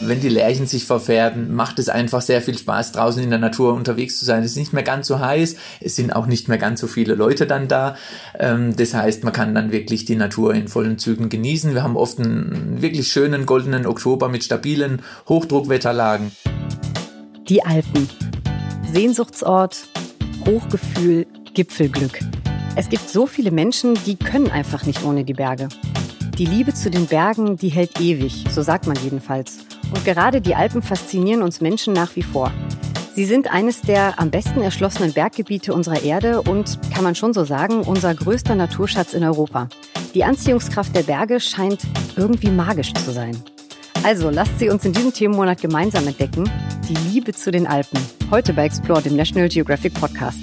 Wenn die Lerchen sich verfärben, macht es einfach sehr viel Spaß, draußen in der Natur unterwegs zu sein. Es ist nicht mehr ganz so heiß, es sind auch nicht mehr ganz so viele Leute dann da. Das heißt, man kann dann wirklich die Natur in vollen Zügen genießen. Wir haben oft einen wirklich schönen goldenen Oktober mit stabilen Hochdruckwetterlagen. Die Alpen. Sehnsuchtsort, Hochgefühl, Gipfelglück. Es gibt so viele Menschen, die können einfach nicht ohne die Berge. Die Liebe zu den Bergen, die hält ewig, so sagt man jedenfalls. Und gerade die Alpen faszinieren uns Menschen nach wie vor. Sie sind eines der am besten erschlossenen Berggebiete unserer Erde und, kann man schon so sagen, unser größter Naturschatz in Europa. Die Anziehungskraft der Berge scheint irgendwie magisch zu sein. Also lasst sie uns in diesem Themenmonat gemeinsam entdecken. Die Liebe zu den Alpen. Heute bei Explore, dem National Geographic Podcast.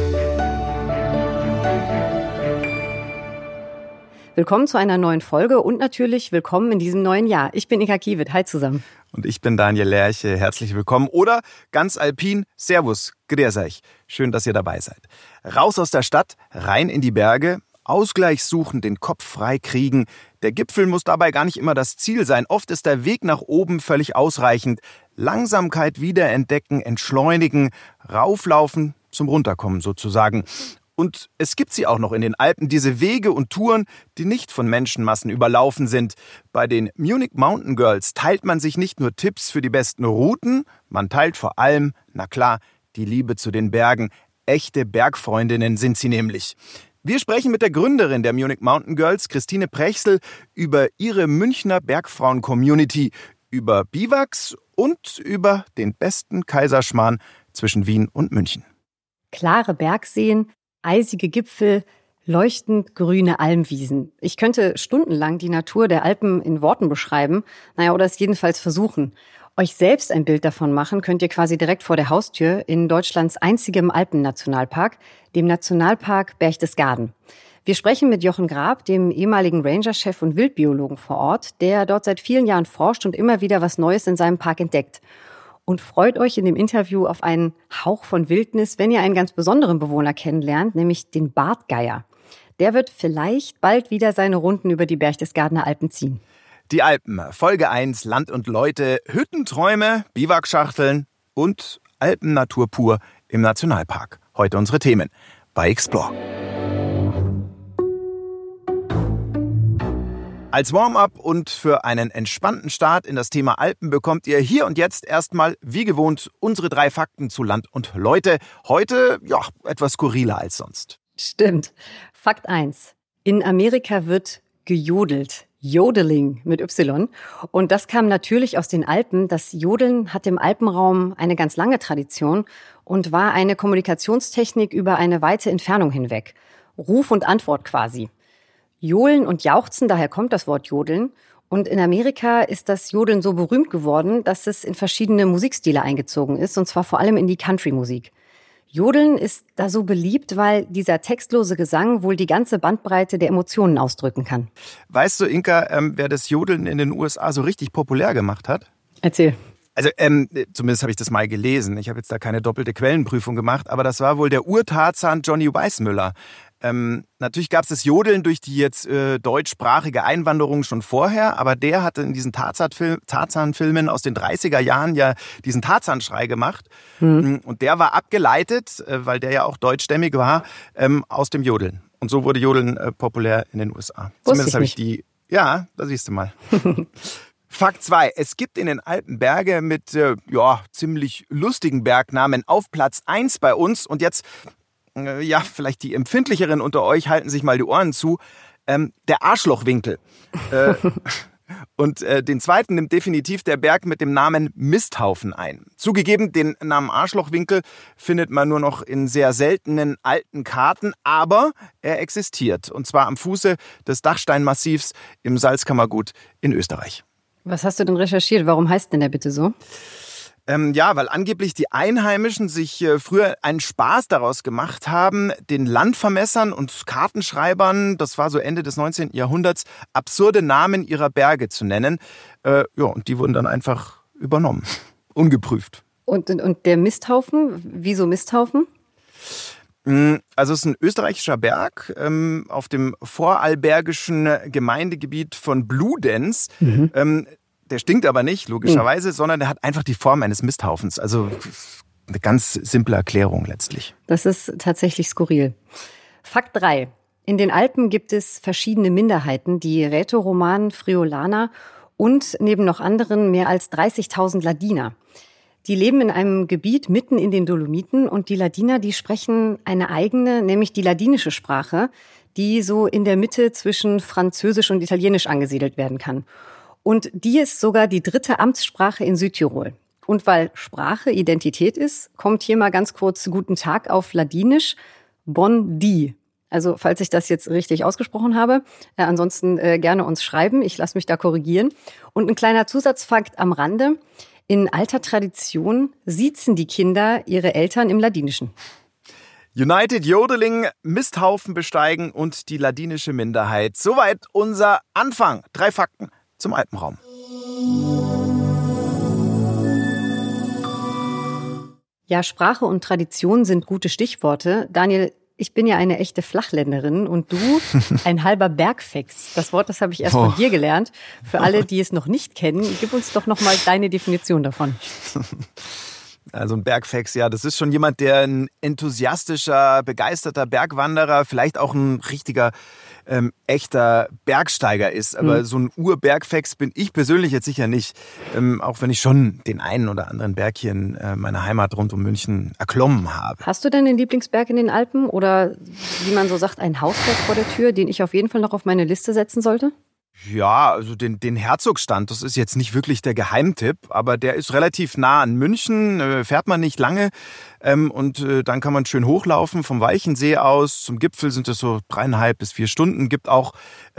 Willkommen zu einer neuen Folge und natürlich willkommen in diesem neuen Jahr. Ich bin Inka Kiewit. Hi zusammen. Und ich bin Daniel Lerche. Herzlich willkommen. Oder ganz alpin, Servus, grüß euch. Schön, dass ihr dabei seid. Raus aus der Stadt, rein in die Berge, Ausgleich suchen, den Kopf frei kriegen. Der Gipfel muss dabei gar nicht immer das Ziel sein. Oft ist der Weg nach oben völlig ausreichend. Langsamkeit wiederentdecken, entschleunigen, rauflaufen, zum Runterkommen sozusagen. Und es gibt sie auch noch in den Alpen, diese Wege und Touren, die nicht von Menschenmassen überlaufen sind. Bei den Munich Mountain Girls teilt man sich nicht nur Tipps für die besten Routen, man teilt vor allem, na klar, die Liebe zu den Bergen. Echte Bergfreundinnen sind sie nämlich. Wir sprechen mit der Gründerin der Munich Mountain Girls, Christine Prechsel, über ihre Münchner Bergfrauen-Community, über Biwaks und über den besten Kaiserschmarrn zwischen Wien und München. Klare Bergseen, eisige Gipfel, leuchtend grüne Almwiesen. Ich könnte stundenlang die Natur der Alpen in Worten beschreiben, oder es jedenfalls versuchen. Euch selbst ein Bild davon machen könnt ihr quasi direkt vor der Haustür in Deutschlands einzigem Alpennationalpark, dem Nationalpark Berchtesgaden. Wir sprechen mit Jochen Grab, dem ehemaligen Rangerchef und Wildbiologen vor Ort, der dort seit vielen Jahren forscht und immer wieder was Neues in seinem Park entdeckt. Und freut euch in dem Interview auf einen Hauch von Wildnis, wenn ihr einen ganz besonderen Bewohner kennenlernt, nämlich den Bartgeier. Der wird vielleicht bald wieder seine Runden über die Berchtesgadener Alpen ziehen. Die Alpen, Folge 1, Land und Leute, Hüttenträume, Biwakschachteln und Alpennatur pur im Nationalpark. Heute unsere Themen bei Explore. Als Warm-up und für einen entspannten Start in das Thema Alpen bekommt ihr hier und jetzt erstmal, wie gewohnt, unsere 3 Fakten zu Land und Leute. Heute, etwas skurriler als sonst. Stimmt. Fakt 1. In Amerika wird gejodelt. Jodeling mit Y. Und das kam natürlich aus den Alpen. Das Jodeln hat im Alpenraum eine ganz lange Tradition und war eine Kommunikationstechnik über eine weite Entfernung hinweg. Ruf und Antwort quasi. Johlen und Jauchzen, daher kommt das Wort Jodeln. Und in Amerika ist das Jodeln so berühmt geworden, dass es in verschiedene Musikstile eingezogen ist, und zwar vor allem in die Country-Musik. Jodeln ist da so beliebt, weil dieser textlose Gesang wohl die ganze Bandbreite der Emotionen ausdrücken kann. Weißt du, Inka, wer das Jodeln in den USA so richtig populär gemacht hat? Erzähl. Also zumindest habe ich das mal gelesen. Ich habe jetzt da keine doppelte Quellenprüfung gemacht, aber das war wohl der Ur-Tarzan Johnny Weissmuller. Natürlich gab es das Jodeln durch die jetzt deutschsprachige Einwanderung schon vorher, aber der hatte in diesen Tarzan-Filmen aus den 30er Jahren ja diesen Tarzan-Schrei gemacht. Und der war abgeleitet, weil der ja auch deutschstämmig war, aus dem Jodeln. Und so wurde Jodeln populär in den USA. Zumindest habe ich Ja, da siehst du mal. Fakt 2. Es gibt in den Alpen Berge mit ziemlich lustigen Bergnamen auf Platz 1 bei uns. Und jetzt, vielleicht die Empfindlicheren unter euch halten sich mal die Ohren zu. Der Arschlochwinkel. Und den zweiten nimmt definitiv der Berg mit dem Namen Misthaufen ein. Zugegeben, den Namen Arschlochwinkel findet man nur noch in sehr seltenen alten Karten, aber er existiert. Und zwar am Fuße des Dachsteinmassivs im Salzkammergut in Österreich. Was hast du denn recherchiert? Warum heißt denn der bitte so? Weil angeblich die Einheimischen sich früher einen Spaß daraus gemacht haben, den Landvermessern und Kartenschreibern, das war so Ende des 19. Jahrhunderts, absurde Namen ihrer Berge zu nennen. Und die wurden dann einfach übernommen, ungeprüft. Und der Misthaufen, wieso Misthaufen? Also es ist ein österreichischer Berg auf dem vorarlbergischen Gemeindegebiet von Bludenz. Der stinkt aber nicht, logischerweise, sondern der hat einfach die Form eines Misthaufens. Also eine ganz simple Erklärung letztlich. Das ist tatsächlich skurril. Fakt 3. In den Alpen gibt es verschiedene Minderheiten, die Rätoromanen, Friulaner und neben noch anderen mehr als 30.000 Ladiner. Die leben in einem Gebiet mitten in den Dolomiten und die Ladiner, die sprechen eine eigene, nämlich die ladinische Sprache, die so in der Mitte zwischen Französisch und Italienisch angesiedelt werden kann. Und die ist sogar die 3. Amtssprache in Südtirol. Und weil Sprache Identität ist, kommt hier mal ganz kurz Guten Tag auf Ladinisch, Bon di. Also falls ich das jetzt richtig ausgesprochen habe, ansonsten gerne uns schreiben, ich lasse mich da korrigieren. Und ein kleiner Zusatzfakt am Rande: In alter Tradition siezen die Kinder ihre Eltern im Ladinischen. United Jodeling, Misthaufen besteigen und die ladinische Minderheit. Soweit unser Anfang. 3 Fakten zum Alpenraum. Ja, Sprache und Tradition sind gute Stichworte. Daniel, ich bin ja eine echte Flachländerin und du ein halber Bergfex. Das Wort, das habe ich erst von dir gelernt. Für alle, die es noch nicht kennen, gib uns doch noch mal deine Definition davon. Also ein Bergfex, ja, das ist schon jemand, der ein enthusiastischer, begeisterter Bergwanderer, vielleicht auch ein richtiger, echter Bergsteiger ist. Aber so ein Urbergfex bin ich persönlich jetzt sicher nicht. Auch wenn ich schon den einen oder anderen Berg hier in meiner Heimat rund um München erklommen habe. Hast du denn einen Lieblingsberg in den Alpen oder, wie man so sagt, einen Hausberg vor der Tür, den ich auf jeden Fall noch auf meine Liste setzen sollte? Ja, also den Herzogstand, das ist jetzt nicht wirklich der Geheimtipp, aber der ist relativ nah an München, fährt man nicht lange und dann kann man schön hochlaufen vom Walchensee aus. Zum Gipfel sind es so 3,5 bis 4 Stunden. Gibt auch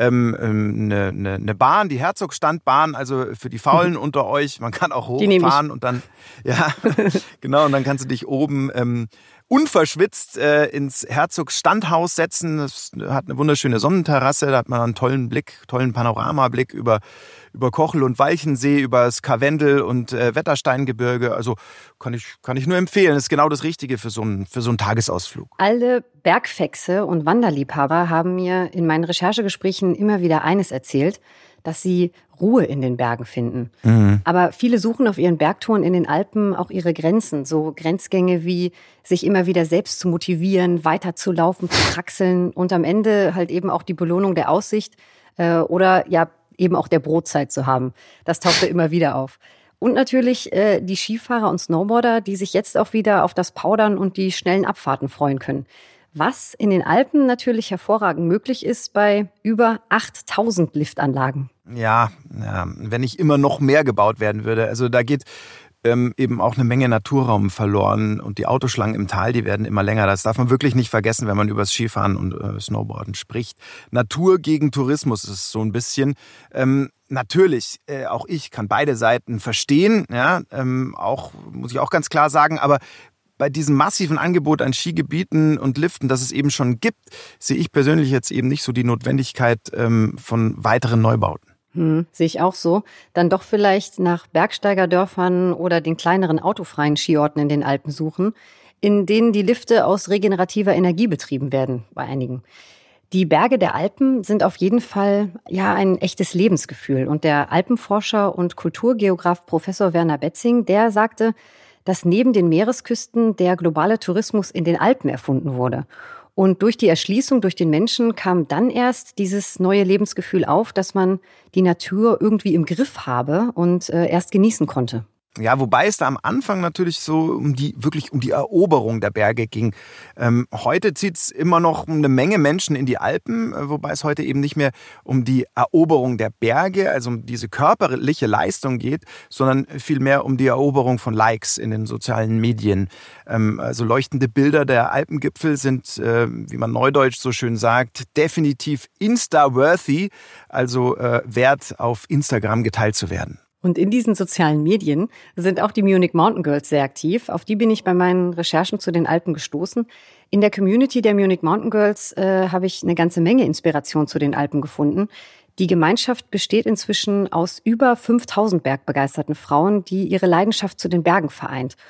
eine Bahn, die Herzogstandbahn, also für die Faulen unter euch. Man kann auch hochfahren und dann, ja, genau, und dann kannst du dich oben unverschwitzt ins Herzogsstandhaus setzen. Das hat eine wunderschöne Sonnenterrasse, da hat man einen tollen Panoramablick über Kochel und Walchensee, über das Karwendel und Wettersteingebirge. Also kann ich nur empfehlen. Das ist genau das Richtige für so einen Tagesausflug. Alle Bergfexe und Wanderliebhaber haben mir in meinen Recherchegesprächen immer wieder eines erzählt, dass sie Ruhe in den Bergen finden. Aber viele suchen auf ihren Bergtouren in den Alpen auch ihre Grenzen. So Grenzgänge wie sich immer wieder selbst zu motivieren, weiterzulaufen, zu kraxeln und am Ende halt eben auch die Belohnung der Aussicht oder ja eben auch der Brotzeit zu haben. Das taucht immer wieder auf. Und natürlich die Skifahrer und Snowboarder, die sich jetzt auch wieder auf das Powdern und die schnellen Abfahrten freuen können. Was in den Alpen natürlich hervorragend möglich ist bei über 8.000 Liftanlagen. Ja, wenn nicht immer noch mehr gebaut werden würde. Also da geht eben auch eine Menge Naturraum verloren und die Autoschlangen im Tal, die werden immer länger. Das darf man wirklich nicht vergessen, wenn man über das Skifahren und Snowboarden spricht. Natur gegen Tourismus ist so ein bisschen. Natürlich, auch ich kann beide Seiten verstehen, ja, auch muss ich auch ganz klar sagen, aber bei diesem massiven Angebot an Skigebieten und Liften, das es eben schon gibt, sehe ich persönlich jetzt eben nicht so die Notwendigkeit von weiteren Neubauten. Sehe ich auch so. Dann doch vielleicht nach Bergsteigerdörfern oder den kleineren autofreien Skiorten in den Alpen suchen, in denen die Lifte aus regenerativer Energie betrieben werden, bei einigen. Die Berge der Alpen sind auf jeden Fall ja ein echtes Lebensgefühl. Und der Alpenforscher und Kulturgeograf Professor Werner Betzing, der sagte, dass neben den Meeresküsten der globale Tourismus in den Alpen erfunden wurde. Und durch die Erschließung durch den Menschen kam dann erst dieses neue Lebensgefühl auf, dass man die Natur irgendwie im Griff habe und erst genießen konnte. Ja, wobei es da am Anfang natürlich so um die Eroberung der Berge ging. Heute zieht's immer noch eine Menge Menschen in die Alpen, wobei es heute eben nicht mehr um die Eroberung der Berge, also um diese körperliche Leistung geht, sondern vielmehr um die Eroberung von Likes in den sozialen Medien. Also leuchtende Bilder der Alpengipfel sind, wie man neudeutsch so schön sagt, definitiv Insta-worthy, also wert, auf Instagram geteilt zu werden. Und in diesen sozialen Medien sind auch die Munich Mountain Girls sehr aktiv. Auf die bin ich bei meinen Recherchen zu den Alpen gestoßen. In der Community der Munich Mountain Girls habe ich eine ganze Menge Inspiration zu den Alpen gefunden. Die Gemeinschaft besteht inzwischen aus über 5.000 bergbegeisterten Frauen, die ihre Leidenschaft zu den Bergen vereint.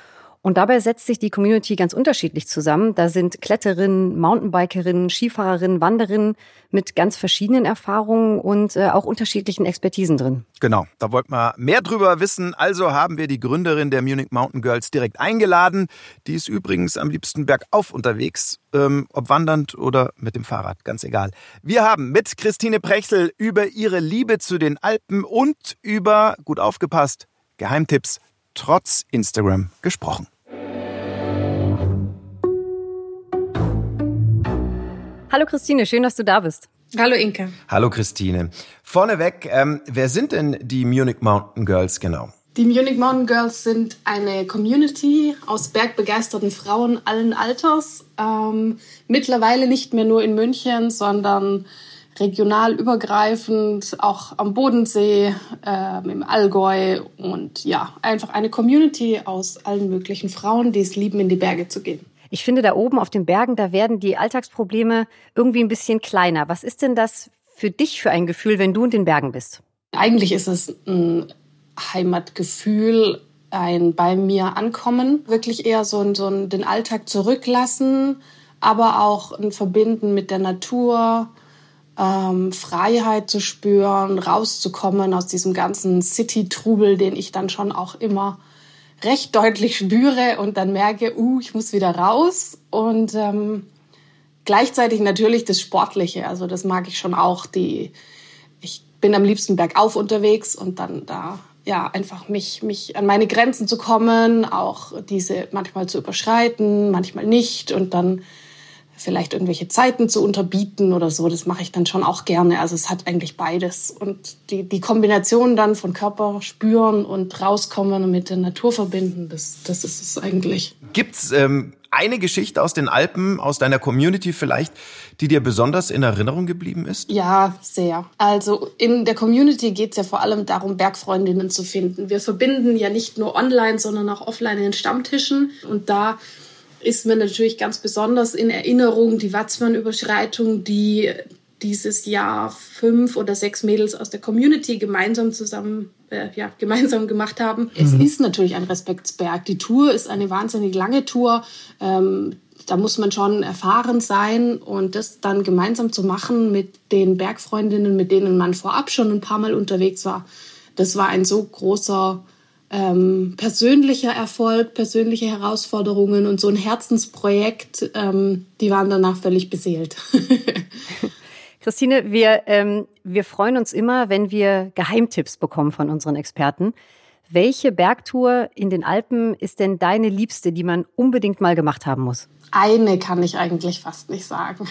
Und dabei setzt sich die Community ganz unterschiedlich zusammen. Da sind Kletterinnen, Mountainbikerinnen, Skifahrerinnen, Wanderinnen mit ganz verschiedenen Erfahrungen und auch unterschiedlichen Expertisen drin. Genau, da wollten wir mehr drüber wissen. Also haben wir die Gründerin der Munich Mountain Girls direkt eingeladen. Die ist übrigens am liebsten bergauf unterwegs, ob wandernd oder mit dem Fahrrad, ganz egal. Wir haben mit Christine Prechsel über ihre Liebe zu den Alpen und über, gut aufgepasst, Geheimtipps trotz Instagram gesprochen. Hallo Christine, schön, dass du da bist. Hallo Inka. Hallo Christine. Vorneweg, wer sind denn die Munich Mountain Girls genau? Die Munich Mountain Girls sind eine Community aus bergbegeisterten Frauen allen Alters. Mittlerweile nicht mehr nur in München, sondern regional übergreifend, auch am Bodensee, im Allgäu. Und ja, einfach eine Community aus allen möglichen Frauen, die es lieben, in die Berge zu gehen. Ich finde, da oben auf den Bergen, da werden die Alltagsprobleme irgendwie ein bisschen kleiner. Was ist denn das für dich für ein Gefühl, wenn du in den Bergen bist? Eigentlich ist es ein Heimatgefühl, ein bei mir ankommen. Wirklich eher so den Alltag zurücklassen, aber auch ein Verbinden mit der Natur, Freiheit zu spüren, rauszukommen aus diesem ganzen City-Trubel, den ich dann schon auch immer recht deutlich spüre und dann merke, ich muss wieder raus. Und gleichzeitig natürlich das Sportliche, also das mag ich schon auch. Ich bin am liebsten bergauf unterwegs und dann da einfach mich an meine Grenzen zu kommen, auch diese manchmal zu überschreiten, manchmal nicht und dann vielleicht irgendwelche Zeiten zu unterbieten oder so, das mache ich dann schon auch gerne. Also es hat eigentlich beides. Und die Kombination dann von Körper spüren und rauskommen und mit der Natur verbinden, das ist es eigentlich. Gibt's eine Geschichte aus den Alpen, aus deiner Community vielleicht, die dir besonders in Erinnerung geblieben ist? Ja, sehr. Also in der Community geht es ja vor allem darum, Bergfreundinnen zu finden. Wir verbinden ja nicht nur online, sondern auch offline in den Stammtischen. Und da ist mir natürlich ganz besonders in Erinnerung die Watzmann-Überschreitung, die dieses Jahr 5 oder 6 Mädels aus der Community gemeinsam gemacht haben. Es ist natürlich ein Respektsberg. Die Tour ist eine wahnsinnig lange Tour. Da muss man schon erfahren sein und das dann gemeinsam zu machen mit den Bergfreundinnen, mit denen man vorab schon ein paar Mal unterwegs war. Das war ein so großer persönlicher Erfolg, persönliche Herausforderungen und so ein Herzensprojekt, die waren danach völlig beseelt. Christine, wir freuen uns immer, wenn wir Geheimtipps bekommen von unseren Experten. Welche Bergtour in den Alpen ist denn deine liebste, die man unbedingt mal gemacht haben muss? Eine kann ich eigentlich fast nicht sagen.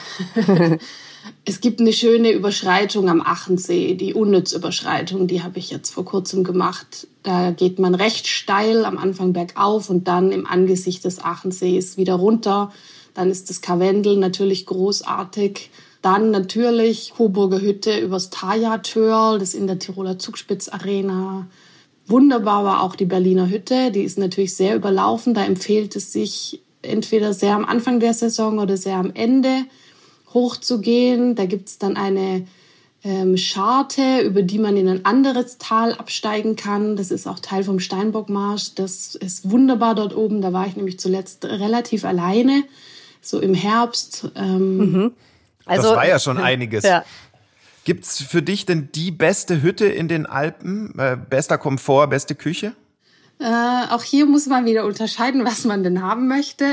Es gibt eine schöne Überschreitung am Achensee, die Unnütz-Überschreitung, die habe ich jetzt vor kurzem gemacht. Da geht man recht steil am Anfang bergauf und dann im Angesicht des Achensees wieder runter. Dann ist das Karwendel natürlich großartig. Dann natürlich Coburger Hütte übers Thaya-Törl, das in der Tiroler Zugspitz-Arena. Wunderbar war auch die Berliner Hütte, die ist natürlich sehr überlaufen. Da empfiehlt es sich entweder sehr am Anfang der Saison oder sehr am Ende hochzugehen. Da gibt es dann eine Scharte, über die man in ein anderes Tal absteigen kann. Das ist auch Teil vom Steinbockmarsch. Das ist wunderbar dort oben. Da war ich nämlich zuletzt relativ alleine, so im Herbst. Also, das war ja schon einiges. Ja. Gibt's für dich denn die beste Hütte in den Alpen? Bester Komfort, beste Küche? Auch hier muss man wieder unterscheiden, was man denn haben möchte.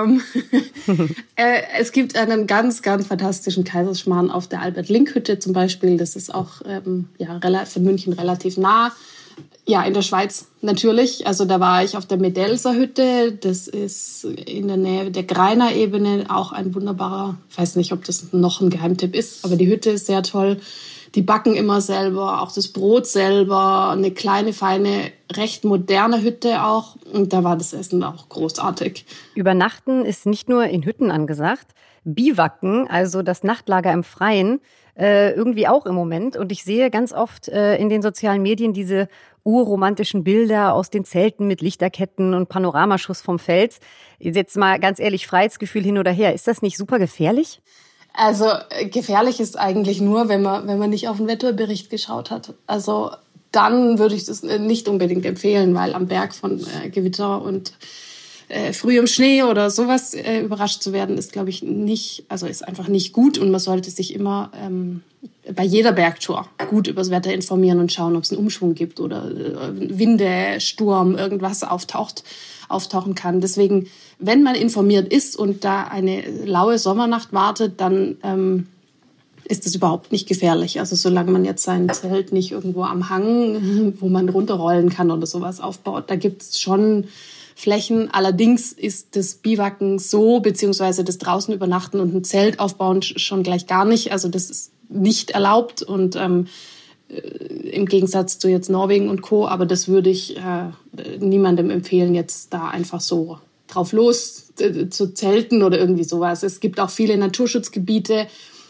Es gibt einen ganz, ganz fantastischen Kaiserschmarrn auf der Albert-Link-Hütte zum Beispiel. Das ist auch von München relativ nah. Ja, in der Schweiz natürlich. Also da war ich auf der Medelser Hütte. Das ist in der Nähe der Greiner Ebene auch ein wunderbarer, ich weiß nicht, ob das noch ein Geheimtipp ist, aber die Hütte ist sehr toll. Die backen immer selber, auch das Brot selber, eine kleine, feine, recht moderne Hütte auch. Und da war das Essen auch großartig. Übernachten ist nicht nur in Hütten angesagt. Biwaken, also das Nachtlager im Freien, irgendwie auch im Moment. Und ich sehe ganz oft in den sozialen Medien diese urromantischen Bilder aus den Zelten mit Lichterketten und Panoramaschuss vom Fels. Jetzt mal ganz ehrlich, Freiheitsgefühl hin oder her. Ist das nicht super gefährlich? Also gefährlich ist eigentlich nur, wenn man nicht auf den Wetterbericht geschaut hat. Also dann würde ich das nicht unbedingt empfehlen, weil am Berg von Gewitter und früh im Schnee oder sowas überrascht zu werden, ist, glaube ich, nicht, also ist einfach nicht gut. Und man sollte sich immer bei jeder Bergtour gut übers Wetter informieren und schauen, ob es einen Umschwung gibt oder Winde, Sturm, irgendwas auftauchen kann. Deswegen, wenn man informiert ist und da eine laue Sommernacht wartet, dann ist das überhaupt nicht gefährlich. Also solange man jetzt sein Zelt nicht irgendwo am Hang, wo man runterrollen kann oder sowas aufbaut, da gibt es schon Flächen. Allerdings ist das Biwaken so, beziehungsweise das draußen übernachten und ein Zelt aufbauen schon gleich gar nicht. Also das ist nicht erlaubt und im Gegensatz zu jetzt Norwegen und Co. Aber das würde ich niemandem empfehlen, jetzt da einfach so drauf los zu zelten oder irgendwie sowas. Es gibt auch viele Naturschutzgebiete,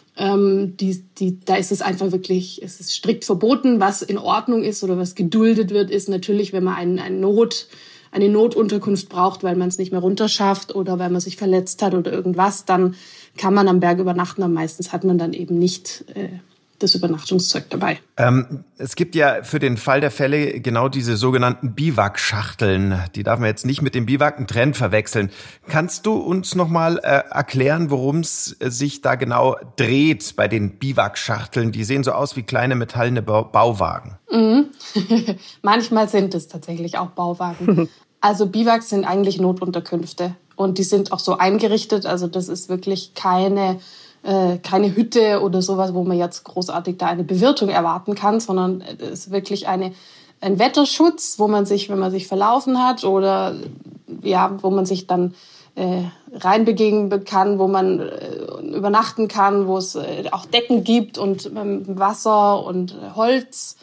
da ist es einfach wirklich, es ist strikt verboten. Was in Ordnung ist oder was geduldet wird, ist natürlich, wenn man eine Notunterkunft braucht, weil man es nicht mehr runterschafft oder weil man sich verletzt hat oder irgendwas, dann kann man am Berg übernachten. Aber meistens hat man dann eben nicht das Übernachtungszeug dabei. Es gibt ja für den Fall der Fälle genau diese sogenannten Biwakschachteln. Die darf man jetzt nicht mit dem Biwakentrend verwechseln. Kannst du uns nochmal erklären, worum es sich da genau dreht bei den Biwakschachteln? Die sehen so aus wie kleine metallene Bauwagen. Mhm. Manchmal sind es tatsächlich auch Bauwagen. Also Biwaks sind eigentlich Notunterkünfte und die sind auch so eingerichtet. Also das ist wirklich keine Hütte oder sowas, wo man jetzt großartig da eine Bewirtung erwarten kann, sondern es ist wirklich ein Wetterschutz, wo man sich, wenn man sich verlaufen hat oder ja, wo man sich dann reinbegeben kann, wo man übernachten kann, wo es auch Decken gibt und Wasser und Holz.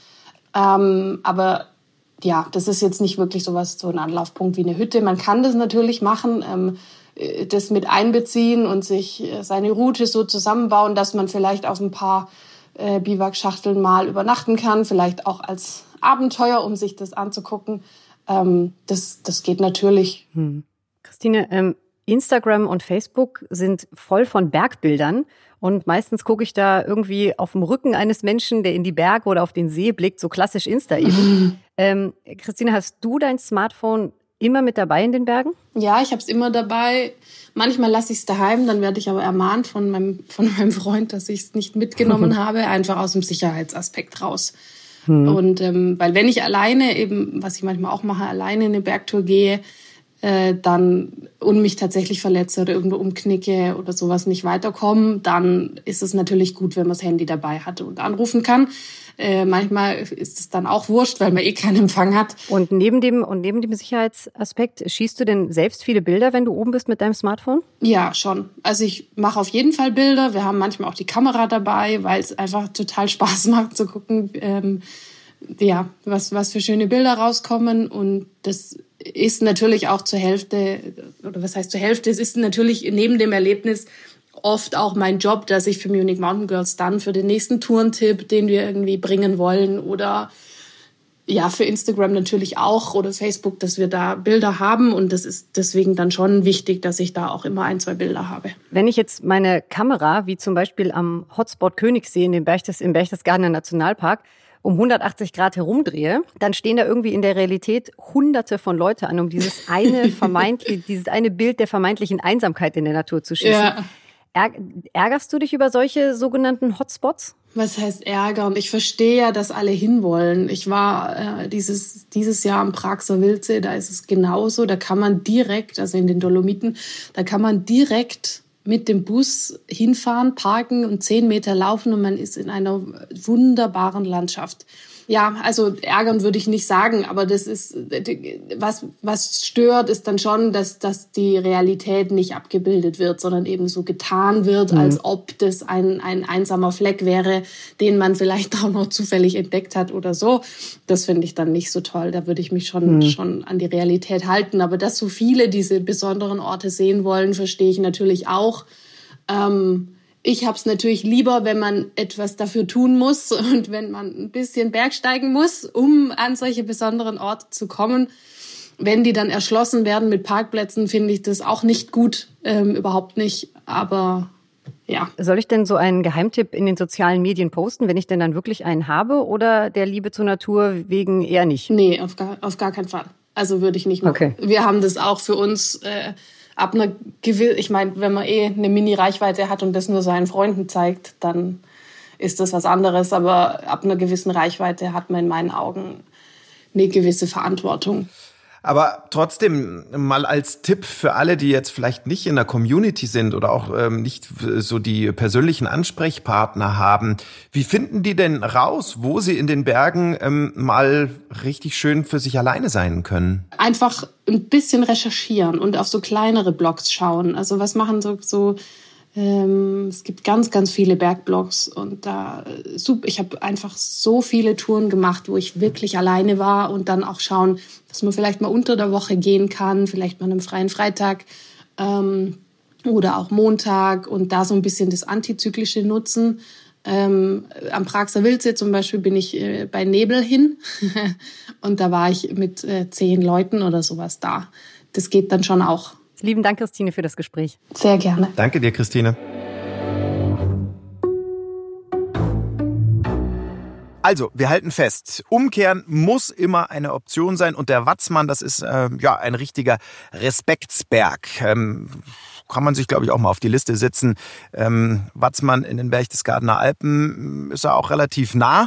Aber ja, das ist jetzt nicht wirklich sowas, so ein Anlaufpunkt wie eine Hütte. Man kann das natürlich machen, das mit einbeziehen und sich seine Route so zusammenbauen, dass man vielleicht auf ein paar Biwakschachteln mal übernachten kann, vielleicht auch als Abenteuer, um sich das anzugucken. Das geht natürlich. Christine, Instagram und Facebook sind voll von Bergbildern und meistens gucke ich da irgendwie auf dem Rücken eines Menschen, der in die Berge oder auf den See blickt, so klassisch Insta eben. Christine, hast du dein Smartphone immer mit dabei in den Bergen? Ja, ich habe es immer dabei. Manchmal lasse ich es daheim, dann werde ich aber ermahnt von meinem Freund, dass ich es nicht mitgenommen habe, einfach aus dem Sicherheitsaspekt raus. Und weil wenn ich alleine eben, was ich manchmal auch mache, alleine in eine Bergtour gehe, dann und mich tatsächlich verletze oder irgendwo umknicke oder sowas nicht weiterkomme, dann ist es natürlich gut, wenn man das Handy dabei hat und anrufen kann. Manchmal ist es dann auch wurscht, weil man keinen Empfang hat. Und neben dem Sicherheitsaspekt, schießt du denn selbst viele Bilder, wenn du oben bist mit deinem Smartphone? Ja, schon. Also ich mache auf jeden Fall Bilder. Wir haben manchmal auch die Kamera dabei, weil es einfach total Spaß macht zu gucken, was für schöne Bilder rauskommen. Und das ist natürlich auch zur Hälfte, oder was heißt zur Hälfte, es ist natürlich neben dem Erlebnis oft auch mein Job, dass ich für Munich Mountain Girls dann für den nächsten Tourentipp, den wir irgendwie bringen wollen, oder ja, für Instagram natürlich auch oder Facebook, dass wir da Bilder haben, und das ist deswegen dann schon wichtig, dass ich da auch immer 1, 2 Bilder habe. Wenn ich jetzt meine Kamera, wie zum Beispiel am Hotspot Königssee im Berchtesgadener Nationalpark, um 180 Grad herumdrehe, dann stehen da irgendwie in der Realität Hunderte von Leuten an, um dieses eine Bild der vermeintlichen Einsamkeit in der Natur zu schießen. Ja. Ärgerst du dich über solche sogenannten Hotspots? Was heißt ärgern? Ich verstehe ja, dass alle hinwollen. Ich war dieses Jahr am Praxer Wildsee, da ist es genauso. Da kann man direkt, also in den Dolomiten, da kann man direkt mit dem Bus hinfahren, parken und 10 Meter laufen und man ist in einer wunderbaren Landschaft. Ja, also ärgern würde ich nicht sagen, aber das ist, was stört, ist dann schon, dass die Realität nicht abgebildet wird, sondern eben so getan wird, als ob das ein einsamer Fleck wäre, den man vielleicht auch noch zufällig entdeckt hat oder so. Das finde ich dann nicht so toll. Da würde ich mich schon an die Realität halten. Aber dass so viele diese besonderen Orte sehen wollen, verstehe ich natürlich auch. Ich habe es natürlich lieber, wenn man etwas dafür tun muss und wenn man ein bisschen bergsteigen muss, um an solche besonderen Orte zu kommen. Wenn die dann erschlossen werden mit Parkplätzen, finde ich das auch nicht gut, überhaupt nicht. Aber ja. Soll ich denn so einen Geheimtipp in den sozialen Medien posten, wenn ich denn dann wirklich einen habe, oder der Liebe zur Natur wegen eher nicht? Nee, auf gar keinen Fall. Also würde ich nicht machen. Okay. Wir haben das auch für uns ab einer gewissen, ich meine, wenn man eine Mini-Reichweite hat und das nur seinen Freunden zeigt, dann ist das was anderes. Aber ab einer gewissen Reichweite hat man in meinen Augen eine gewisse Verantwortung. Aber trotzdem mal als Tipp für alle, die jetzt vielleicht nicht in der Community sind oder auch nicht so die persönlichen Ansprechpartner haben. Wie finden die denn raus, wo sie in den Bergen mal richtig schön für sich alleine sein können? Einfach ein bisschen recherchieren und auf so kleinere Blogs schauen. Also was machen es gibt ganz, ganz viele Bergblogs und ich habe einfach so viele Touren gemacht, wo ich wirklich alleine war und dann auch schauen, dass man vielleicht mal unter der Woche gehen kann, vielleicht mal an einem freien Freitag oder auch Montag und da so ein bisschen das Antizyklische nutzen. Am Pragser Wildsee zum Beispiel bin ich bei Nebel hin und da war ich mit 10 Leuten oder sowas da. Das geht dann schon auch. Lieben Dank, Christine, für das Gespräch. Sehr gerne. Danke dir, Christine. Also, wir halten fest, Umkehren muss immer eine Option sein und der Watzmann, das ist ein richtiger Respektsberg. Kann man sich, glaube ich, auch mal auf die Liste setzen. Watzmann in den Berchtesgadener Alpen ist ja auch relativ nah.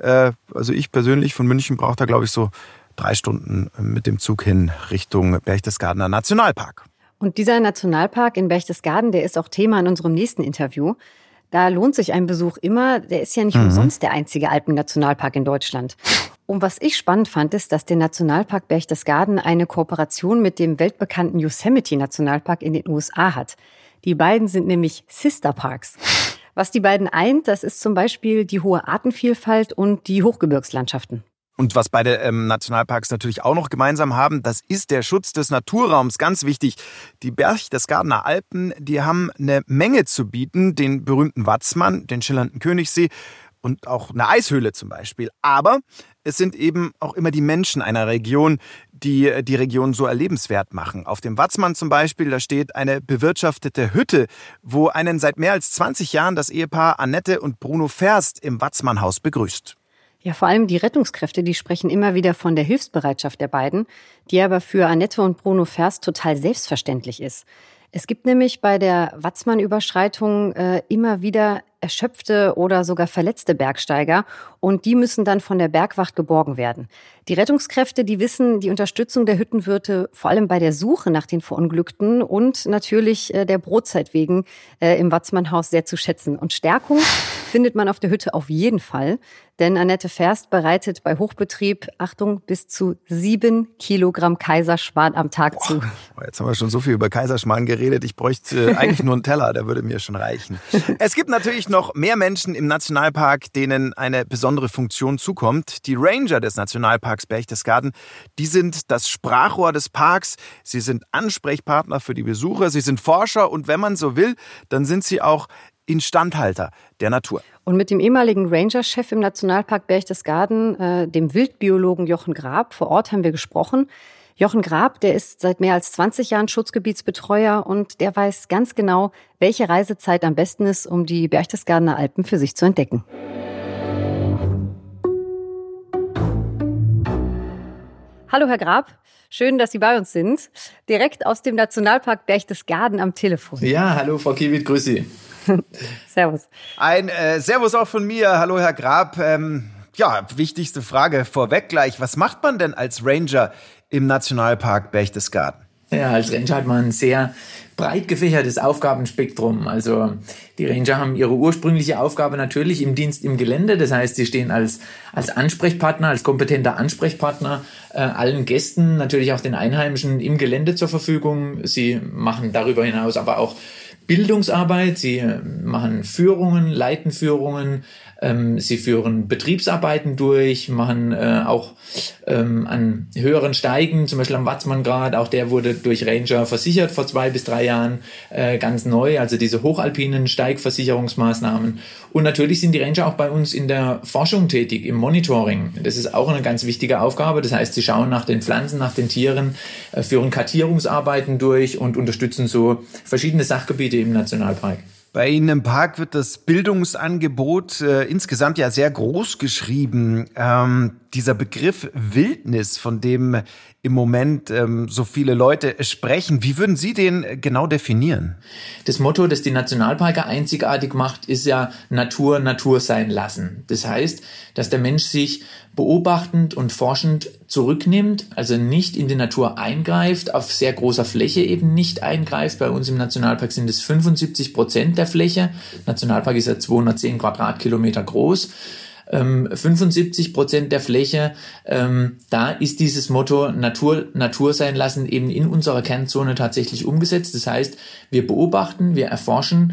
Also ich persönlich von München brauche da, glaube ich, so 3 Stunden mit dem Zug hin Richtung Berchtesgadener Nationalpark. Und dieser Nationalpark in Berchtesgaden, der ist auch Thema in unserem nächsten Interview. Da lohnt sich ein Besuch immer. Der ist ja nicht umsonst der einzige Alpennationalpark in Deutschland. Und was ich spannend fand, ist, dass der Nationalpark Berchtesgaden eine Kooperation mit dem weltbekannten Yosemite-Nationalpark in den USA hat. Die beiden sind nämlich Sisterparks. Was die beiden eint, das ist zum Beispiel die hohe Artenvielfalt und die Hochgebirgslandschaften. Und was beide Nationalparks natürlich auch noch gemeinsam haben, das ist der Schutz des Naturraums. Ganz wichtig, die Berchtesgadener Alpen, die haben eine Menge zu bieten, den berühmten Watzmann, den schillernden Königssee und auch eine Eishöhle zum Beispiel. Aber es sind eben auch immer die Menschen einer Region, die die Region so erlebenswert machen. Auf dem Watzmann zum Beispiel, da steht eine bewirtschaftete Hütte, wo einen seit mehr als 20 Jahren das Ehepaar Annette und Bruno Verst im Watzmannhaus begrüßt. Ja, vor allem die Rettungskräfte, die sprechen immer wieder von der Hilfsbereitschaft der beiden, die aber für Annette und Bruno Verst total selbstverständlich ist. Es gibt nämlich bei der Watzmann-Überschreitung immer wieder erschöpfte oder sogar verletzte Bergsteiger und die müssen dann von der Bergwacht geborgen werden. Die Rettungskräfte, die wissen die Unterstützung der Hüttenwirte vor allem bei der Suche nach den Verunglückten und natürlich der Brotzeit wegen im Watzmannhaus sehr zu schätzen. Und Stärkung findet man auf der Hütte auf jeden Fall, denn Annette Verst bereitet bei Hochbetrieb, Achtung, bis zu 7 Kilogramm Kaiserschmarrn am Tag zu. Jetzt haben wir schon so viel über Kaiserschmarrn geredet, ich bräuchte eigentlich nur einen Teller, der würde mir schon reichen. Es gibt natürlich noch mehr Menschen im Nationalpark, denen eine besondere Funktion zukommt. Die Ranger des Nationalparks Berchtesgaden, die sind das Sprachrohr des Parks. Sie sind Ansprechpartner für die Besucher, sie sind Forscher und wenn man so will, dann sind sie auch Instandhalter der Natur. Und mit dem ehemaligen Ranger-Chef im Nationalpark Berchtesgaden, dem Wildbiologen Jochen Grab, vor Ort haben wir gesprochen. Jochen Grab, der ist seit mehr als 20 Jahren Schutzgebietsbetreuer und der weiß ganz genau, welche Reisezeit am besten ist, um die Berchtesgadener Alpen für sich zu entdecken. Hallo Herr Grab, schön, dass Sie bei uns sind. Direkt aus dem Nationalpark Berchtesgaden am Telefon. Ja, hallo Frau Kiewit, grüß Sie. Servus. Ein Servus auch von mir. Hallo Herr Grab. Wichtigste Frage vorweg gleich. Was macht man denn als Ranger im Nationalpark Berchtesgaden? Ja, als Ranger hat man ein sehr breit gefächertes Aufgabenspektrum. Also die Ranger haben ihre ursprüngliche Aufgabe natürlich im Dienst im Gelände. Das heißt, sie stehen als Ansprechpartner, als kompetenter Ansprechpartner allen Gästen, natürlich auch den Einheimischen im Gelände zur Verfügung. Sie machen darüber hinaus aber auch Bildungsarbeit, sie machen Führungen, leiten Führungen, sie führen Betriebsarbeiten durch, machen auch an höheren Steigen, zum Beispiel am Watzmanngrat, auch der wurde durch Ranger versichert vor 2 bis 3 Jahren, ganz neu, also diese hochalpinen Steigversicherungsmaßnahmen. Und natürlich sind die Ranger auch bei uns in der Forschung tätig, im Monitoring. Das ist auch eine ganz wichtige Aufgabe, das heißt, sie schauen nach den Pflanzen, nach den Tieren, führen Kartierungsarbeiten durch und unterstützen so verschiedene Sachgebiete im Nationalpark. Bei Ihnen im Park wird das Bildungsangebot insgesamt ja sehr groß geschrieben. Dieser Begriff Wildnis, von dem im Moment so viele Leute sprechen, wie würden Sie den genau definieren? Das Motto, das die Nationalparke einzigartig macht, ist ja Natur, Natur sein lassen. Das heißt, dass der Mensch sich beobachtend und forschend zurücknimmt, also nicht in die Natur eingreift, auf sehr großer Fläche eben nicht eingreift. Bei uns im Nationalpark sind es 75% der Fläche. Nationalpark ist ja 210 Quadratkilometer groß. 75% der Fläche, da ist dieses Motto Natur sein lassen eben in unserer Kernzone tatsächlich umgesetzt. Das heißt, wir beobachten, wir erforschen,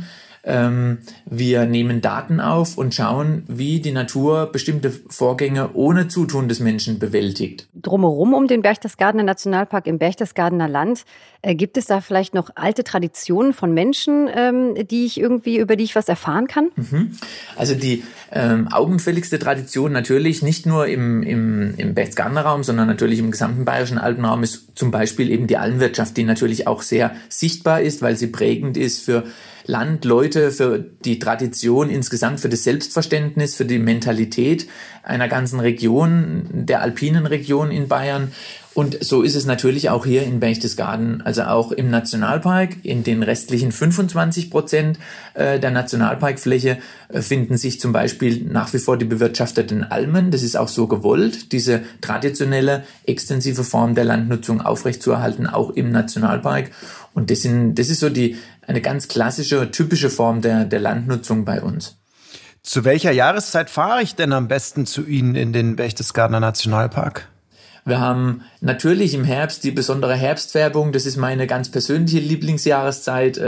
wir nehmen Daten auf und schauen, wie die Natur bestimmte Vorgänge ohne Zutun des Menschen bewältigt. Drumherum um den Berchtesgadener Nationalpark im Berchtesgadener Land, gibt es da vielleicht noch alte Traditionen von Menschen, über die ich was erfahren kann? Also die augenfälligste Tradition natürlich nicht nur im Berchtesgadener Raum, sondern natürlich im gesamten bayerischen Alpenraum ist zum Beispiel eben die Almwirtschaft, die natürlich auch sehr sichtbar ist, weil sie prägend ist für Land, Leute, für die Tradition insgesamt, für das Selbstverständnis, für die Mentalität einer ganzen Region, der alpinen Region in Bayern. Und so ist es natürlich auch hier in Berchtesgaden, also auch im Nationalpark. In den restlichen 25% der Nationalparkfläche finden sich zum Beispiel nach wie vor die bewirtschafteten Almen. Das ist auch so gewollt, diese traditionelle, extensive Form der Landnutzung aufrechtzuerhalten, auch im Nationalpark. Und das ist so eine ganz klassische, typische Form der Landnutzung bei uns. Zu welcher Jahreszeit fahre ich denn am besten zu Ihnen in den Berchtesgadener Nationalpark? Wir haben natürlich im Herbst die besondere Herbstfärbung. Das ist meine ganz persönliche Lieblingsjahreszeit.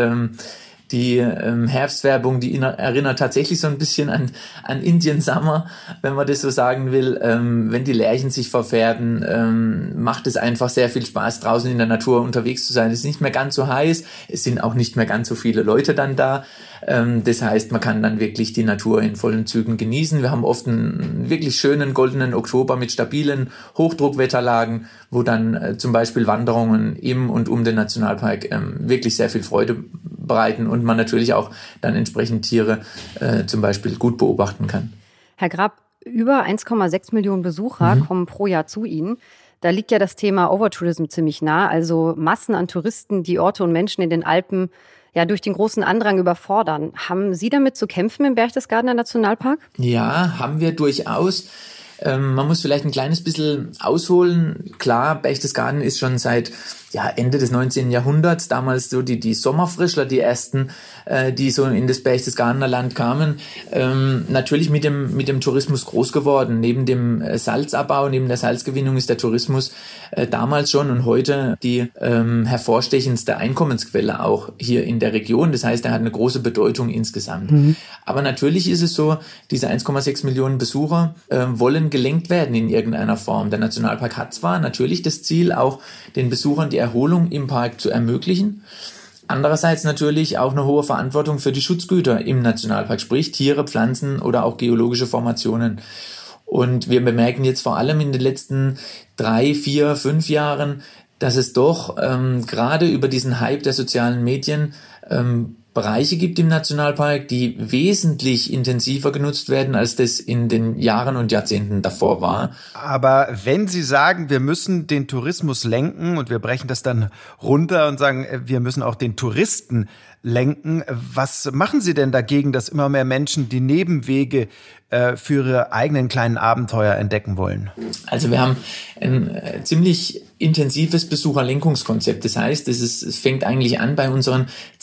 Die Herbstfärbung, die erinnert tatsächlich so ein bisschen an Indian Summer, wenn man das so sagen will. Wenn die Lerchen sich verfärben, macht es einfach sehr viel Spaß, draußen in der Natur unterwegs zu sein. Es ist nicht mehr ganz so heiß, es sind auch nicht mehr ganz so viele Leute dann da. Das heißt, man kann dann wirklich die Natur in vollen Zügen genießen. Wir haben oft einen wirklich schönen goldenen Oktober mit stabilen Hochdruckwetterlagen, wo dann zum Beispiel Wanderungen im und um den Nationalpark wirklich sehr viel Freude bereiten und man natürlich auch dann entsprechend Tiere zum Beispiel gut beobachten kann. Herr Grab, über 1,6 Millionen Besucher kommen pro Jahr zu Ihnen. Da liegt ja das Thema Overtourism ziemlich nah, also Massen an Touristen, die Orte und Menschen in den Alpen ja durch den großen Andrang überfordern. Haben Sie damit zu kämpfen im Berchtesgadener Nationalpark? Ja, haben wir durchaus. Man muss vielleicht ein kleines bisschen ausholen. Klar, Berchtesgaden ist schon seit Ende des 19. Jahrhunderts, damals so die Sommerfrischler, die ersten, die so in das Berchtesgadener Land kamen, natürlich mit dem Tourismus groß geworden. Neben dem Salzabbau, neben der Salzgewinnung ist der Tourismus damals schon und heute die hervorstechendste Einkommensquelle auch hier in der Region. Das heißt, er hat eine große Bedeutung insgesamt. Aber natürlich ist es so, diese 1,6 Millionen Besucher wollen gelenkt werden in irgendeiner Form. Der Nationalpark hat zwar natürlich das Ziel, auch den Besuchern die Erholung im Park zu ermöglichen. Andererseits natürlich auch eine hohe Verantwortung für die Schutzgüter im Nationalpark, sprich Tiere, Pflanzen oder auch geologische Formationen. Und wir bemerken jetzt vor allem in den letzten 3, 4, 5 Jahren, dass es doch gerade über diesen Hype der sozialen Medien Bereiche gibt im Nationalpark, die wesentlich intensiver genutzt werden, als das in den Jahren und Jahrzehnten davor war. Aber wenn Sie sagen, wir müssen den Tourismus lenken und wir brechen das dann runter und sagen, wir müssen auch den Touristen lenken, was machen Sie denn dagegen, dass immer mehr Menschen die Nebenwege für ihre eigenen kleinen Abenteuer entdecken wollen? Also wir haben ein ziemlich intensives Besucherlenkungskonzept. Das heißt, es fängt eigentlich an bei unseren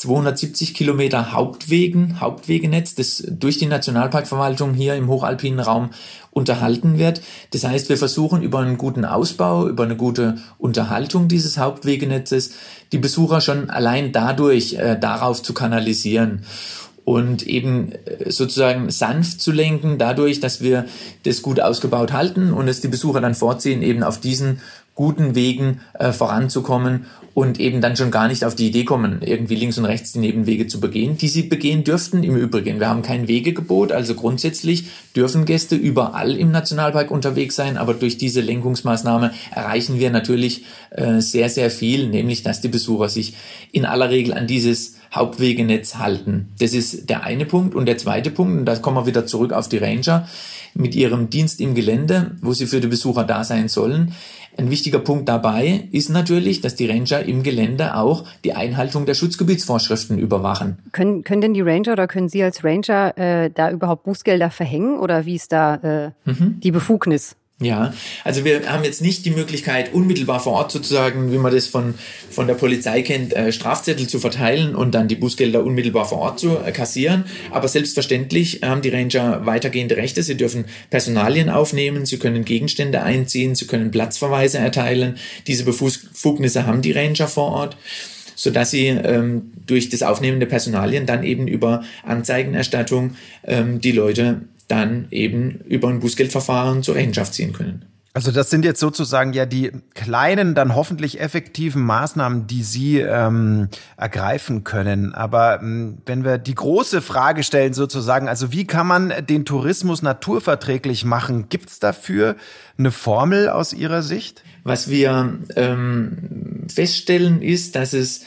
270 Kilometer Hauptwegenetz, das durch die Nationalparkverwaltung hier im hochalpinen Raum unterhalten wird. Das heißt, wir versuchen über einen guten Ausbau, über eine gute Unterhaltung dieses Hauptwegenetzes, die Besucher schon allein dadurch darauf zu kanalisieren und eben sozusagen sanft zu lenken, dadurch, dass wir das gut ausgebaut halten und es die Besucher dann vorziehen, eben auf diesen guten Wegen voranzukommen und eben dann schon gar nicht auf die Idee kommen, irgendwie links und rechts die Nebenwege zu begehen, die sie begehen dürften. Im Übrigen, wir haben kein Wegegebot, also grundsätzlich dürfen Gäste überall im Nationalpark unterwegs sein, aber durch diese Lenkungsmaßnahme erreichen wir natürlich sehr, sehr viel, nämlich dass die Besucher sich in aller Regel an dieses Hauptwegenetz halten. Das ist der eine Punkt. Und der zweite Punkt, und da kommen wir wieder zurück auf die Ranger, mit ihrem Dienst im Gelände, wo sie für die Besucher da sein sollen. Ein wichtiger Punkt dabei ist natürlich, dass die Ranger im Gelände auch die Einhaltung der Schutzgebietsvorschriften überwachen. Können denn die Ranger oder können Sie als Ranger da überhaupt Bußgelder verhängen oder wie ist da die Befugnis? Ja, also wir haben jetzt nicht die Möglichkeit, unmittelbar vor Ort sozusagen, wie man das von der Polizei kennt, Strafzettel zu verteilen und dann die Bußgelder unmittelbar vor Ort zu kassieren. Aber selbstverständlich haben die Ranger weitergehende Rechte. Sie dürfen Personalien aufnehmen, sie können Gegenstände einziehen, sie können Platzverweise erteilen. Diese Befugnisse haben die Ranger vor Ort, sodass sie durch das Aufnehmen der Personalien dann eben über Anzeigenerstattung die Leute dann eben über ein Bußgeldverfahren zur Rechenschaft ziehen können. Also das sind jetzt sozusagen ja die kleinen, dann hoffentlich effektiven Maßnahmen, die Sie ergreifen können. Aber wenn wir die große Frage stellen sozusagen, also wie kann man den Tourismus naturverträglich machen? Gibt es dafür eine Formel aus Ihrer Sicht? Was wir feststellen ist, dass es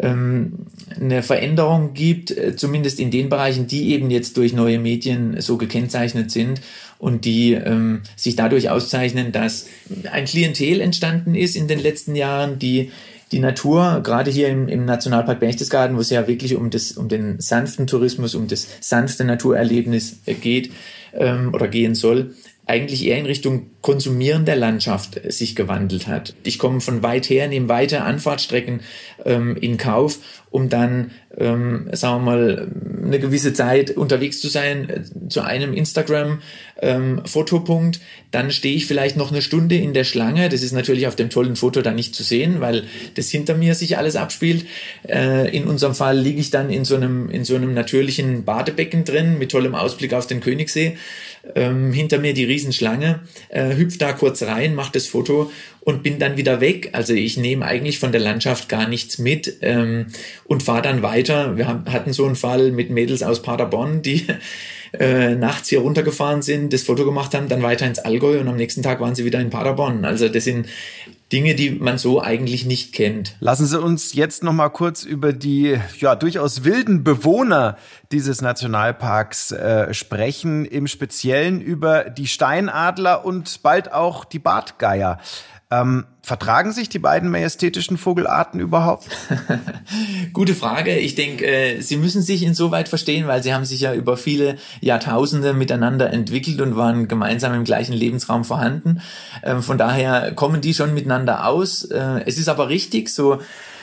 eine Veränderung gibt, zumindest in den Bereichen, die eben jetzt durch neue Medien so gekennzeichnet sind und die sich dadurch auszeichnen, dass ein Klientel entstanden ist in den letzten Jahren, die Natur, gerade hier im Nationalpark Berchtesgaden, wo es ja wirklich um den sanften Tourismus, um das sanfte Naturerlebnis geht oder gehen soll, eigentlich eher in Richtung Konsumieren der Landschaft sich gewandelt hat. Ich komme von weit her, nehme weite Anfahrtstrecken in Kauf, um dann, sagen wir mal, eine gewisse Zeit unterwegs zu sein zu einem Instagram-Fotopunkt. Dann stehe ich vielleicht noch eine Stunde in der Schlange. Das ist natürlich auf dem tollen Foto dann nicht zu sehen, weil das hinter mir sich alles abspielt. In unserem Fall liege ich dann in so einem natürlichen Badebecken drin mit tollem Ausblick auf den Königssee. Hinter mir die Riesenschlange, hüpf da kurz rein, mach das Foto und bin dann wieder weg. Also ich nehme eigentlich von der Landschaft gar nichts mit und fahre dann weiter. Wir hatten so einen Fall mit Mädels aus Paderborn, die nachts hier runtergefahren sind, das Foto gemacht haben, dann weiter ins Allgäu und am nächsten Tag waren sie wieder in Paderborn. Also das sind Dinge, die man so eigentlich nicht kennt. Lassen Sie uns jetzt noch mal kurz über die durchaus wilden Bewohner dieses Nationalparks sprechen, im Speziellen über die Steinadler und bald auch die Bartgeier. Vertragen sich die beiden majestätischen Vogelarten überhaupt? Gute Frage. Ich denke, sie müssen sich insoweit verstehen, weil sie haben sich ja über viele Jahrtausende miteinander entwickelt und waren gemeinsam im gleichen Lebensraum vorhanden. Von daher kommen die schon miteinander aus. Es ist aber richtig, so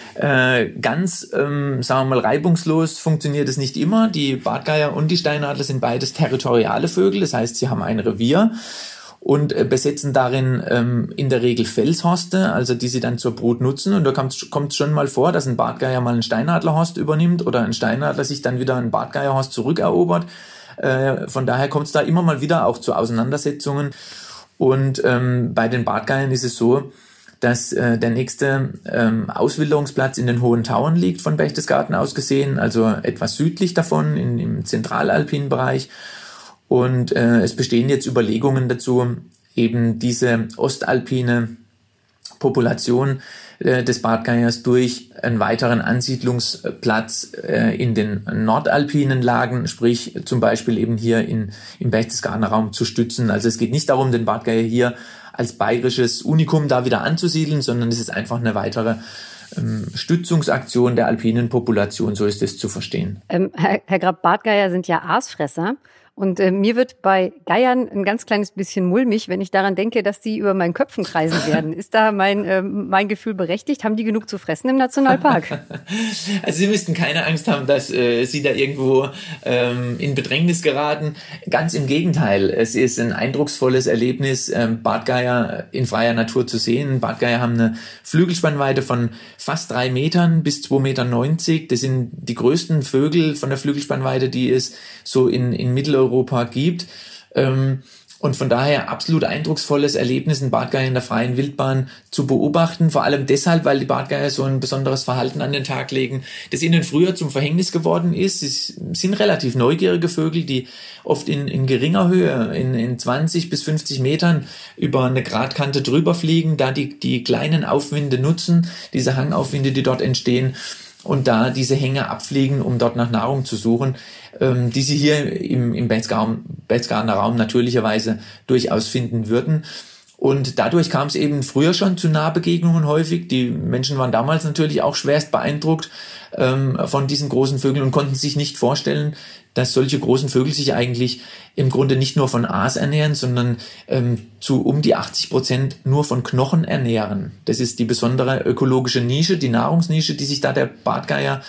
ganz, sagen wir mal, reibungslos funktioniert es nicht immer. Die Bartgeier und die Steinadler sind beides territoriale Vögel, das heißt, sie haben ein Revier und besetzen darin in der Regel Felshorste, also die sie dann zur Brut nutzen. Und da kommt es schon mal vor, dass ein Bartgeier mal einen Steinadlerhorst übernimmt oder ein Steinadler sich dann wieder einen Bartgeierhorst zurückerobert. Von daher kommt es da immer mal wieder auch zu Auseinandersetzungen. Und bei den Bartgeiern ist es so, dass der nächste Auswilderungsplatz in den Hohen Tauern liegt, von Berchtesgaden aus gesehen, also etwas südlich davon im zentralalpinen Bereich. Und es bestehen jetzt Überlegungen dazu, eben diese ostalpine Population des Bartgeiers durch einen weiteren Ansiedlungsplatz in den nordalpinen Lagen, sprich zum Beispiel eben hier im Berchtesgadener Raum zu stützen. Also es geht nicht darum, den Bartgeier hier als bayerisches Unikum da wieder anzusiedeln, sondern es ist einfach eine weitere Stützungsaktion der alpinen Population, so ist es zu verstehen. Herr Grab, Bartgeier sind ja Aasfresser. Und mir wird bei Geiern ein ganz kleines bisschen mulmig, wenn ich daran denke, dass die über meinen Köpfen kreisen werden. Ist da mein Gefühl berechtigt? Haben die genug zu fressen im Nationalpark? Also Sie müssten keine Angst haben, dass Sie da irgendwo in Bedrängnis geraten. Ganz im Gegenteil. Es ist ein eindrucksvolles Erlebnis, Bartgeier in freier Natur zu sehen. Bartgeier haben eine Flügelspannweite von fast 3 Metern bis 2,90 Meter. Das sind die größten Vögel von der Flügelspannweite, die es so in Mitteleuropa gibt. Und von daher absolut eindrucksvolles Erlebnis, einen Bartgeier in der freien Wildbahn zu beobachten. Vor allem deshalb, weil die Bartgeier so ein besonderes Verhalten an den Tag legen, das ihnen früher zum Verhängnis geworden ist. Sie sind relativ neugierige Vögel, die oft in geringer Höhe, in 20 bis 50 Metern über eine Gradkante drüber fliegen, da die kleinen Aufwinde nutzen, diese Hangaufwinde, die dort entstehen, und da diese Hänge abfliegen, um dort nach Nahrung zu suchen, die sie hier im Berchtesgadener Raum natürlicherweise durchaus finden würden. Und dadurch kam es eben früher schon zu Nahbegegnungen häufig. Die Menschen waren damals natürlich auch schwerst beeindruckt von diesen großen Vögeln und konnten sich nicht vorstellen, dass solche großen Vögel sich eigentlich im Grunde nicht nur von Aas ernähren, sondern zu um die 80% nur von Knochen ernähren. Das ist die besondere ökologische Nische, die Nahrungsnische, die sich da der Bartgeier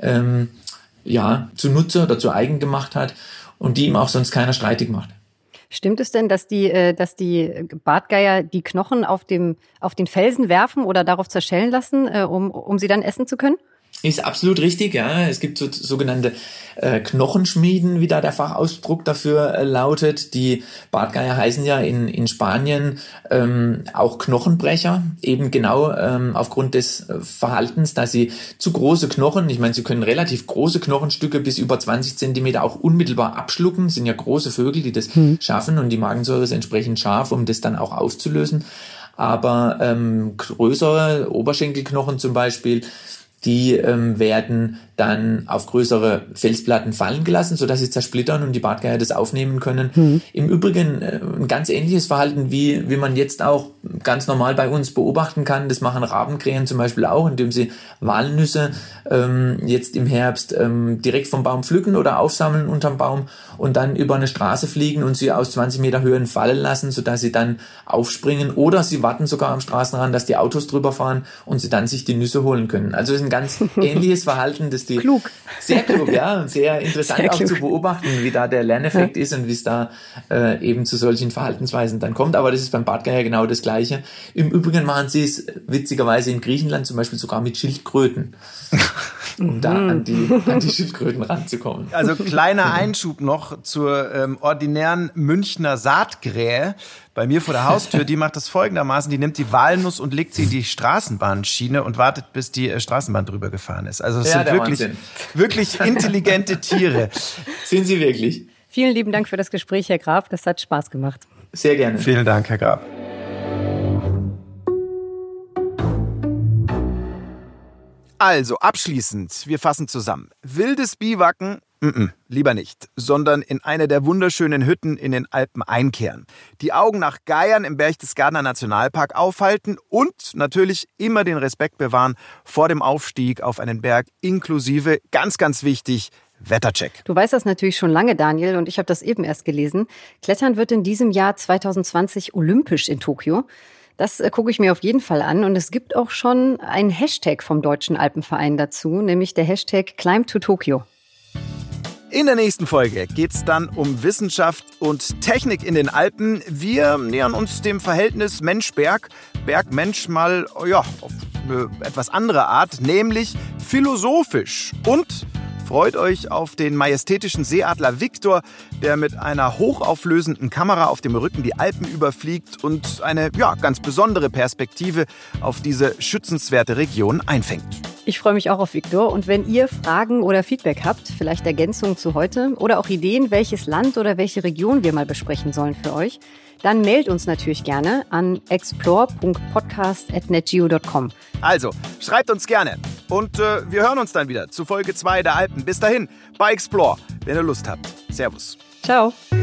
zunutze oder zu eigen gemacht hat und die ihm auch sonst keiner streitig macht. Stimmt es denn, dass die Bartgeier die Knochen auf den Felsen werfen oder darauf zerschellen lassen, um sie dann essen zu können? Ist absolut richtig, ja. Es gibt sogenannte Knochenschmieden, wie da der Fachausdruck dafür lautet. Die Bartgeier heißen ja in Spanien auch Knochenbrecher, eben genau aufgrund des Verhaltens, dass sie zu große Knochen, ich meine, sie können relativ große Knochenstücke bis über 20 Zentimeter auch unmittelbar abschlucken. Das sind ja große Vögel, die das schaffen, und die Magensäure ist entsprechend scharf, um das dann auch aufzulösen. Aber größere Oberschenkelknochen zum Beispiel, die werden dann auf größere Felsplatten fallen gelassen, sodass sie zersplittern und die Bartgeier das aufnehmen können. Im Übrigen ein ganz ähnliches Verhalten, wie man jetzt auch ganz normal bei uns beobachten kann. Das machen Rabenkrähen zum Beispiel auch, indem sie Walnüsse jetzt im Herbst direkt vom Baum pflücken oder aufsammeln unterm Baum und dann über eine Straße fliegen und sie aus 20 Meter Höhe fallen lassen, sodass sie dann aufspringen, oder sie warten sogar am Straßenrand, dass die Autos drüber fahren und sie dann sich die Nüsse holen können. Also es ist ein ganz ähnliches Verhalten, das die klug. Sehr klug, ja, und sehr interessant sehr auch klug zu beobachten, wie da der Lerneffekt ist und wie es da eben zu solchen Verhaltensweisen dann kommt. Aber das ist beim Bartgeier genau das Gleiche. Im Übrigen machen sie es witzigerweise in Griechenland zum Beispiel sogar mit Schildkröten, um da an die Schildkröten ranzukommen. Also kleiner Einschub noch zur ordinären Münchner Saatkrähe. Bei mir vor der Haustür, die macht das folgendermaßen: Die nimmt die Walnuss und legt sie in die Straßenbahnschiene und wartet, bis die Straßenbahn drüber gefahren ist. Also es sind wirklich intelligente Tiere. Sind sie wirklich. Vielen lieben Dank für das Gespräch, Herr Graf. Das hat Spaß gemacht. Sehr gerne. Vielen Dank, Herr Graf. Also abschließend, wir fassen zusammen. Wildes Biwaken, lieber nicht, sondern in eine der wunderschönen Hütten in den Alpen einkehren. Die Augen nach Geiern im Berchtesgadener Nationalpark aufhalten und natürlich immer den Respekt bewahren vor dem Aufstieg auf einen Berg, inklusive, ganz, ganz wichtig, Wettercheck. Du weißt das natürlich schon lange, Daniel, und ich habe das eben erst gelesen. Klettern wird in diesem Jahr 2020 olympisch in Tokio. Das gucke ich mir auf jeden Fall an. Und es gibt auch schon einen Hashtag vom Deutschen Alpenverein dazu, nämlich der Hashtag ClimbToTokyo. In der nächsten Folge geht's dann um Wissenschaft und Technik in den Alpen. Wir nähern uns dem Verhältnis Mensch-Berg, Berg-Mensch mal auf eine etwas andere Art, nämlich philosophisch. Und freut euch auf den majestätischen Seeadler Victor, der mit einer hochauflösenden Kamera auf dem Rücken die Alpen überfliegt und eine ganz besondere Perspektive auf diese schützenswerte Region einfängt. Ich freue mich auch auf Victor. Und wenn ihr Fragen oder Feedback habt, vielleicht Ergänzungen zu heute oder auch Ideen, welches Land oder welche Region wir mal besprechen sollen für euch, dann mailt uns natürlich gerne an explore.podcast@netgeo.com. Also, schreibt uns gerne. Und wir hören uns dann wieder zu Folge 2 der Alpen. Bis dahin, bei Explore, wenn ihr Lust habt. Servus. Ciao.